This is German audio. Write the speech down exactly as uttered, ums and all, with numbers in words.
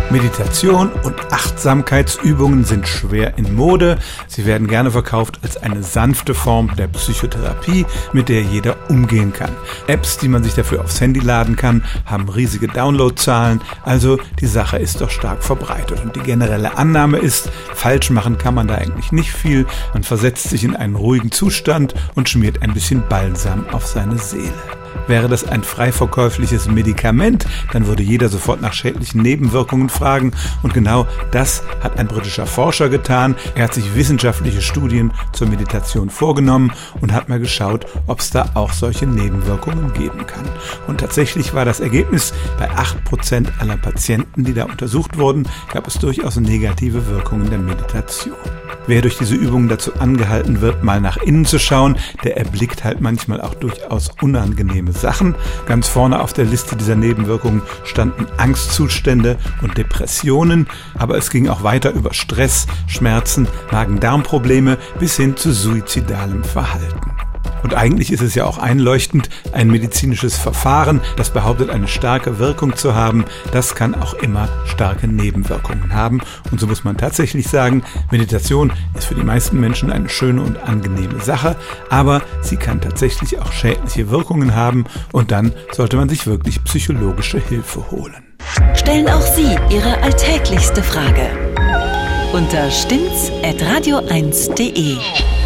Meditation und Achtsamkeitsübungen sind schwer in Mode. Sie werden gerne verkauft als eine sanfte Form der Psychotherapie, mit der jeder umgehen kann. Apps, die man sich dafür aufs Handy laden kann, haben riesige Downloadzahlen. Also die Sache ist doch stark verbreitet. Und die generelle Annahme ist, falsch machen kann man da eigentlich nicht viel. Man versetzt sich in einen ruhigen Zustand und schmiert ein bisschen Balsam auf seine Seele. Wäre das ein frei verkäufliches Medikament, dann würde jeder sofort nach schädlichen Nebenwirkungen fragen. Und genau das hat ein britischer Forscher getan. Er hat sich wissenschaftliche Studien zur Meditation vorgenommen und hat mal geschaut, ob es da auch solche Nebenwirkungen geben kann. Und tatsächlich war das Ergebnis, bei acht Prozent aller Patienten, die da untersucht wurden, gab es durchaus negative Wirkungen der Meditation. Wer durch diese Übungen dazu angehalten wird, mal nach innen zu schauen, der erblickt halt manchmal auch durchaus unangenehme Sachen. Ganz vorne auf der Liste dieser Nebenwirkungen standen Angstzustände und Depressionen, aber es ging auch weiter über Stress, Schmerzen, Magen-Darm-Probleme bis hin zu suizidalem Verhalten. Und eigentlich ist es ja auch einleuchtend, ein medizinisches Verfahren, das behauptet, eine starke Wirkung zu haben, das kann auch immer starke Nebenwirkungen haben. Und so muss man tatsächlich sagen, Meditation ist für die meisten Menschen eine schöne und angenehme Sache, aber sie kann tatsächlich auch schädliche Wirkungen haben und dann sollte man sich wirklich psychologische Hilfe holen. Stellen auch Sie Ihre alltäglichste Frage unter stimmt's at radio eins punkt de.